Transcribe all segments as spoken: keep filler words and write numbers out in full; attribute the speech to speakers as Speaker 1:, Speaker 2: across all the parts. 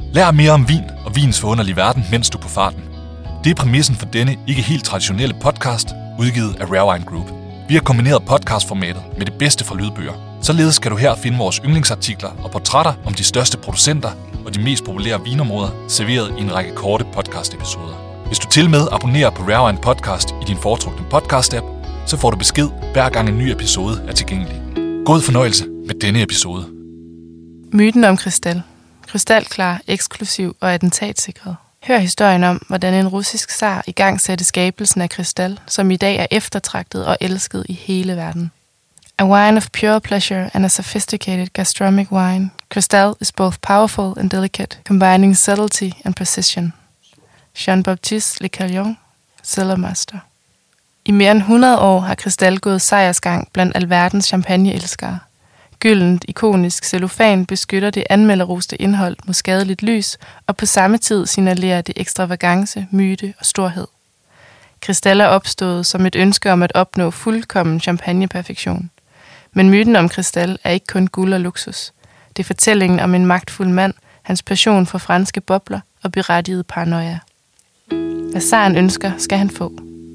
Speaker 1: Lær mere om vin og vins forunderlige verden, mens du er på farten. Det er præmissen for denne ikke helt traditionelle podcast, udgivet af Rare Wine Group. Vi har kombineret podcastformatet med det bedste fra lydbøger. Således skal du her finde vores yndlingsartikler og portrætter om de største producenter og de mest populære vinområder, serveret i en række korte podcast-episoder. Hvis du til med abonnerer på Rare Wine Podcast i din foretrukne podcast-app, så får du besked hver gang en ny episode er tilgængelig. God fornøjelse med denne episode.
Speaker 2: Myten om Cristal. Krystalklar, eksklusiv og attentatsikret. Hør historien om, hvordan en russisk zar igangsatte skabelsen af Cristal, som i dag er eftertragtet og elsket i hele verden. A wine of pure pleasure and a sophisticated gastronomic wine, Cristal is both powerful and delicate, combining subtlety and precision. Jean-Baptiste Le Callon, Cellarmaster. I mere end hundrede år har Cristal gået sejrsgang blandt alverdens champagneelskere. Gyldent, ikonisk cellofan beskytter det anmelderoste indhold mod skadeligt lys, og på samme tid signalerer det ekstravagance, myte og storhed. Cristal er opstået som et ønske om at opnå fuldkommen champagneperfektion. Men myten om Cristal er ikke kun guld og luksus. Det er fortællingen om en magtfuld mand, hans passion for franske bobler og berettigede paranoia. Hvad zaren ønsker, skal han få.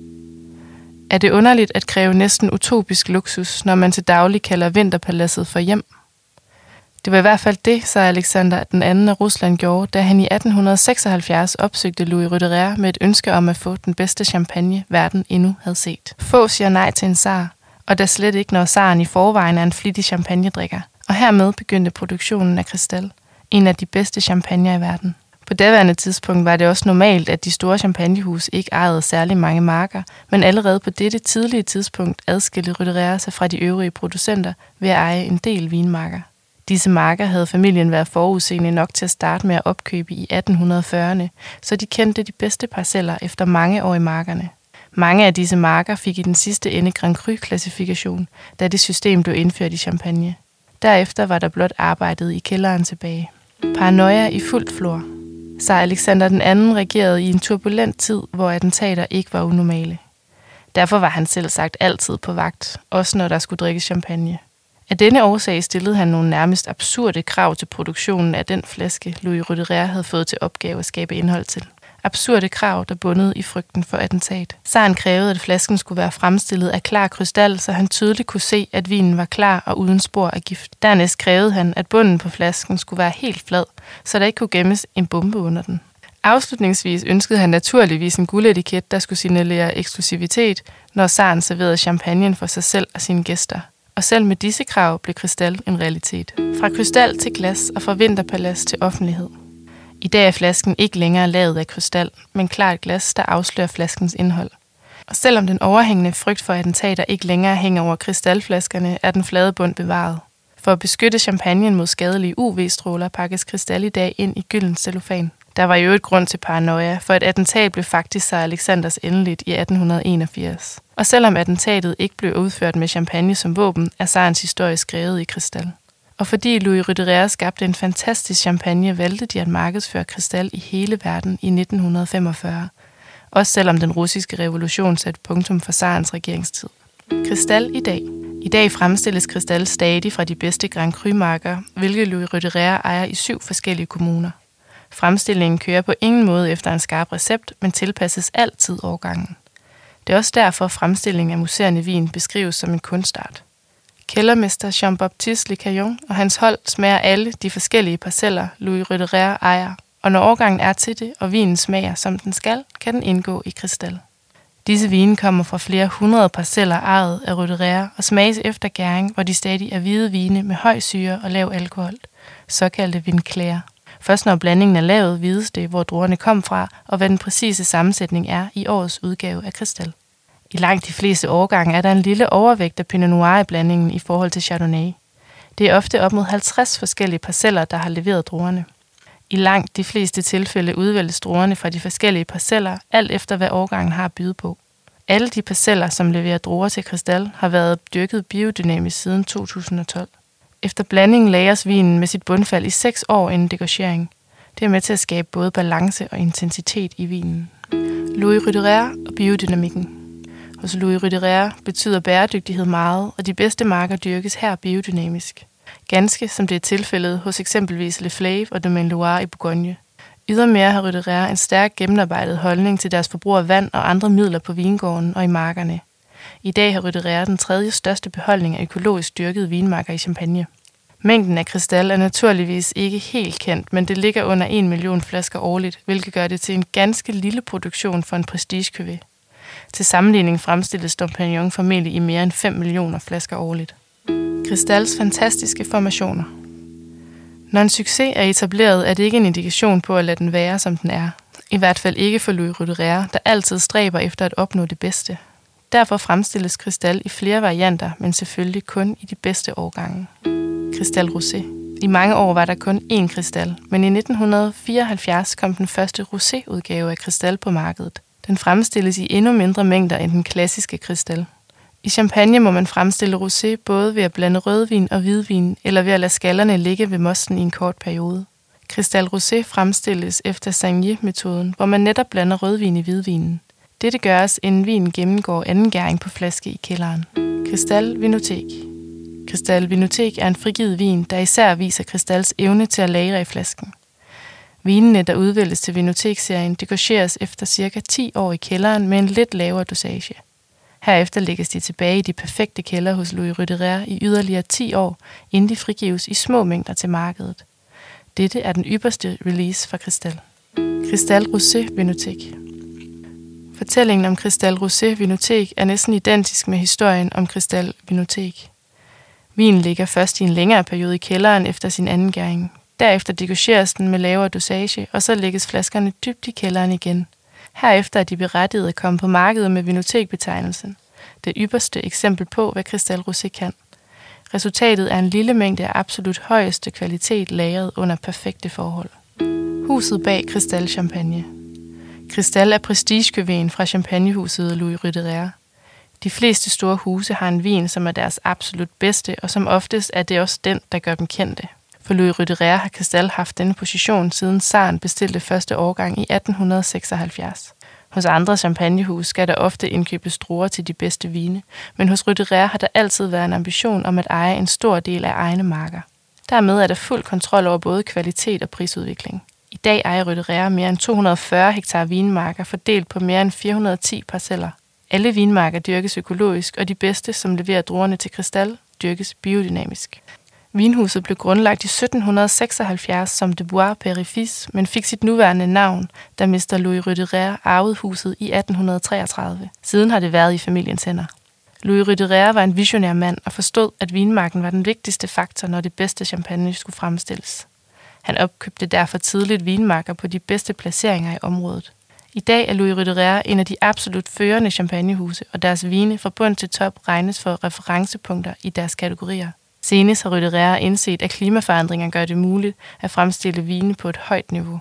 Speaker 2: Er det underligt at kræve næsten utopisk luksus, når man til daglig kalder vinterpaladset for hjem? Det var i hvert fald det, sagde Alexander den anden af Rusland gjorde, da han i atten seksoghalvfjerds opsøgte Louis Roederer med et ønske om at få den bedste champagne, verden endnu havde set. Få siger nej til en zar, og da slet ikke, når zaren i forvejen er en flittig champagnedrikker. Og hermed begyndte produktionen af Cristal, en af de bedste champagner i verden. På daværende tidspunkt var det også normalt, at de store champagnehus ikke ejede særlig mange marker, men allerede på dette tidlige tidspunkt adskilte Roederer sig fra de øvrige producenter ved at eje en del vinmarker. Disse marker havde familien været forudseende nok til at starte med at opkøbe i atten fyrrerne, så de kendte de bedste parceller efter mange år i markerne. Mange af disse marker fik i den sidste ende Grand Cru-klassifikation, da det system blev indført i Champagne. Derefter var der blot arbejdet i kælderen tilbage. Paranoia i fuldt flor. Zar Alexander den anden regerede i en turbulent tid, hvor attentater ikke var unormale. Derfor var han selv sagt altid på vagt, også når der skulle drikkes champagne. Af denne årsag stillede han nogle nærmest absurde krav til produktionen af den flaske, Louis Roederer havde fået til opgave at skabe indhold til. Absurde krav, der bundede i frygten for attentat. Zaren krævede, at flasken skulle være fremstillet af klar krystal, så han tydeligt kunne se, at vinen var klar og uden spor af gift. Dernæst krævede han, at bunden på flasken skulle være helt flad, så der ikke kunne gemmes en bombe under den. Afslutningsvis ønskede han naturligvis en guldetiket, der skulle signalere eksklusivitet, når zaren serverede champagnen for sig selv og sine gæster. Og selv med disse krav blev Cristal en realitet. Fra krystal til glas og fra vinterpalads til offentlighed. I dag er flasken ikke længere lavet af krystal, men klart glas, der afslører flaskens indhold. Og selvom den overhængende frygt for attentater ikke længere hænger over krystalflaskerne, er den flade bund bevaret. For at beskytte champagnen mod skadelige U V-stråler pakkes Cristal i dag ind i gyldent cellofan. Der var jo et grund til paranoia, for et attentat blev faktisk zar Alexanders endeligt i atten enogfirs. Og selvom attentatet ikke blev udført med champagne som våben, er zarens historie skrevet i Cristal. Og fordi Louis Roederer skabte en fantastisk champagne, valgte de at markedsføre Cristal i hele verden i nitten femogfyrre. Også selvom den russiske revolution satte punktum for zarens regeringstid. Cristal i dag. I dag fremstilles Cristal stadig fra de bedste Grand Cru-marker, hvilket Louis Roederer ejer i syv forskellige kommuner. Fremstillingen kører på ingen måde efter en skarp recept, men tilpasses altid årgangen. Det er også derfor, fremstillingen af muserende vin beskrives som en kunstart. Kældermester Jean-Baptiste Le Callon og hans hold smager alle de forskellige parceller, Louis Roederer ejer, og når årgangen er til det, og vinen smager som den skal, kan den indgå i Cristal. Disse vine kommer fra flere hundrede parceller ejet af Roederer og smages efter gæring, hvor de stadig er hvide vine med høj syre og lav alkohol, såkaldte vinklære. Først når blandingen er lavet, vides det, hvor druerne kom fra, og hvad den præcise sammensætning er i årets udgave af Cristal. I langt de fleste årgange er der en lille overvægt af Pinot Noir i blandingen i forhold til Chardonnay. Det er ofte op mod halvtreds forskellige parceller, der har leveret druerne. I langt de fleste tilfælde udvælges druerne fra de forskellige parceller, alt efter hvad årgangen har at byde på. Alle de parceller, som leverer druer til Cristal, har været dyrket biodynamisk siden to tusind og tolv. Efter blandingen lagres vinen med sit bundfald i seks år inden degorgering. Det er med til at skabe både balance og intensitet i vinen. Louis Roederer og biodynamikken. Hos Louis Roederer betyder bæredygtighed meget, og de bedste marker dyrkes her biodynamisk. Ganske som det er tilfældet hos eksempelvis Le Flave og Domaine Loire i Bourgogne. Ydermere har Røde en stærk gennemarbejdet holdning til deres forbrug af vand og andre midler på vingården og i markerne. I dag har Røde den tredje største beholdning af økologisk dyrkede vinmarker i Champagne. Mængden af Cristal er naturligvis ikke helt kendt, men det ligger under en million flasker årligt, hvilket gør det til en ganske lille produktion for en prestige-cuvée. Til sammenligning fremstilles Dom Pérignon formentlig i mere end fem millioner flasker årligt. Cristals fantastiske formationer. Når en succes er etableret, er det ikke en indikation på at lade den være, som den er. I hvert fald ikke for Louis Roederer, der altid stræber efter at opnå det bedste. Derfor fremstilles Cristal i flere varianter, men selvfølgelig kun i de bedste årgange. Cristal Rosé. I mange år var der kun én Cristal, men i nitten fireoghalvfjerds kom den første rosé-udgave af Cristal på markedet. Den fremstilles i endnu mindre mængder end den klassiske Cristal. I Champagne må man fremstille rosé både ved at blande rødvin og hvidvin, eller ved at lade skallerne ligge ved mosten i en kort periode. Cristal Rosé fremstilles efter Sagnier-metoden, hvor man netop blander rødvin i hvidvinen. Dette gøres, inden vinen gennemgår anden gæring på flaske i kælderen. Cristal Vinothèque. Cristal Vinothèque er en frigivet vin, der især viser Cristals evne til at lagre i flasken. Vinene, der udvælges til Vinothèque-serien, degocheres efter cirka ti år i kælderen med en lidt lavere dosage. Herefter lægges de tilbage i de perfekte kælder hos Louis Roederer i yderligere ti år, inden de frigives i små mængder til markedet. Dette er den ypperste release fra Cristal. Cristal Rosé Vinothèque. Fortællingen om Cristal Rosé Vinothèque er næsten identisk med historien om Cristal Vinothèque. Vinen ligger først i en længere periode i kælderen efter sin anden gæring. Derefter degocheres den med lavere dosage, og så lægges flaskerne dybt i kælderen igen. Herefter er de berettigede at komme på markedet med Vinothèque-betegnelsen. Det ypperste eksempel på, hvad Cristal Rosé kan. Resultatet er en lille mængde af absolut højeste kvalitet lagret under perfekte forhold. Huset bag Cristal Champagne. Cristal er prestige-cuveen fra champagnehuset Louis Roederer. De fleste store huse har en vin, som er deres absolut bedste, og som oftest er det også den, der gør dem kendte. For Louis Roederer har Cristal haft denne position, siden zaren bestilte første årgang i atten seksoghalvfjerds. Hos andre champagnehus skal der ofte indkøbes druer til de bedste vine, men hos Roederer har der altid været en ambition om at eje en stor del af egne marker. Dermed er der fuld kontrol over både kvalitet og prisudvikling. I dag ejer Roederer mere end to hundrede og fyrre hektar vinmarker fordelt på mere end fire hundrede og ti parceller. Alle vinmarker dyrkes økologisk, og de bedste, som leverer druerne til Cristal, dyrkes biodynamisk. Vinhuset blev grundlagt i sytten seksoghalvfjerds som De Bois Père-Fils, men fik sit nuværende navn, da mister Louis Roederer arvede huset i atten treogtredive. Siden har det været i familiens hænder. Louis Roederer var en visionær mand og forstod, at vinmarken var den vigtigste faktor, når det bedste champagne skulle fremstilles. Han opkøbte derfor tidligt vinmarker på de bedste placeringer i området. I dag er Louis Roederer en af de absolut førende champagnehuse, og deres vine fra bund til top regnes for referencepunkter i deres kategorier. Senest har Roederer indset, at klimaforandringer gør det muligt at fremstille vine på et højt niveau.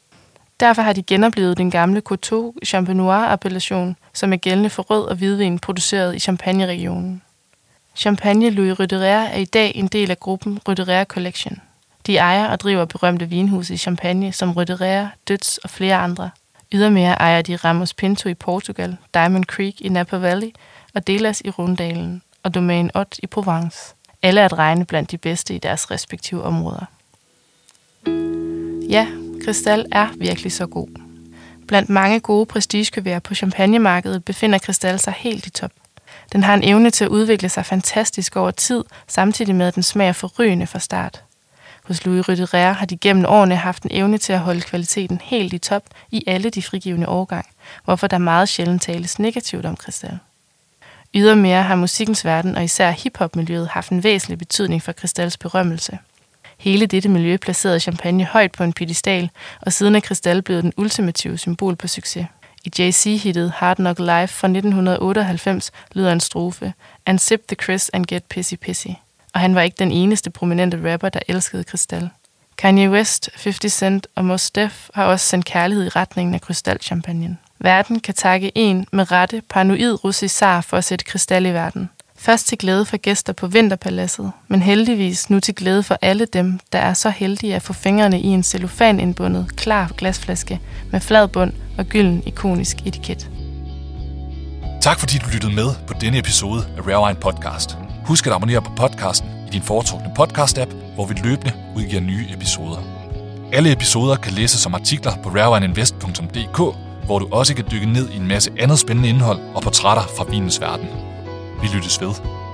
Speaker 2: Derfor har de genoplevet den gamle Coteau Champenois-appellation, som er gældende for rød og hvidvin produceret i Champagne-regionen. Champagne Louis Roederer er i dag en del af gruppen Roederer Collection. De ejer og driver berømte vinhuse i Champagne som Roederer, Dutz og flere andre. Ydermere ejer de Ramos Pinto i Portugal, Diamond Creek i Napa Valley og Delas i Rondalen og Domaine Haute i Provence. Alle er at regne blandt de bedste i deres respektive områder. Ja, Cristal er virkelig så god. Blandt mange gode prestige-cuvéer på champagnemarkedet befinder Cristal sig helt i top. Den har en evne til at udvikle sig fantastisk over tid, samtidig med at den smager forrygende fra start. Hos Louis Roederer har de gennem årene haft en evne til at holde kvaliteten helt i top i alle de frigivne årgang, hvorfor der meget sjældent tales negativt om Cristal. Ydermere har musikkens verden og især hiphop-miljøet haft en væsentlig betydning for Cristals berømmelse. Hele dette miljø placerede champagne højt på en piedestal, og siden er Cristal blevet den ultimative symbol på succes. I Jay-Z-hittet Hard Knock Life fra nitten otteoghalvfems lyder en strofe, "And sip the Chris and get pissy pissy." Og han var ikke den eneste prominente rapper, der elskede Cristal. Kanye West, halvtreds Cent og Mos Def har også sendt kærlighed i retningen af Cristal-champagnen. Verden kan takke en med rette paranoid russisk zar for at sætte Cristal i verden. Først til glæde for gæster på Vinterpaladset, men heldigvis nu til glæde for alle dem, der er så heldige at få fingrene i en cellofanindbundet, klar glasflaske med flad bund og gylden ikonisk etiket.
Speaker 1: Tak fordi du lyttede med på denne episode af Rare Wine Podcast. Husk at abonnere på podcasten i din foretrukne podcast-app, hvor vi løbende udgiver nye episoder. Alle episoder kan læses som artikler på rare wine invest punktum d k, hvor du også kan dykke ned i en masse andet spændende indhold og portrætter fra vinens verden. Vi lyttes ved.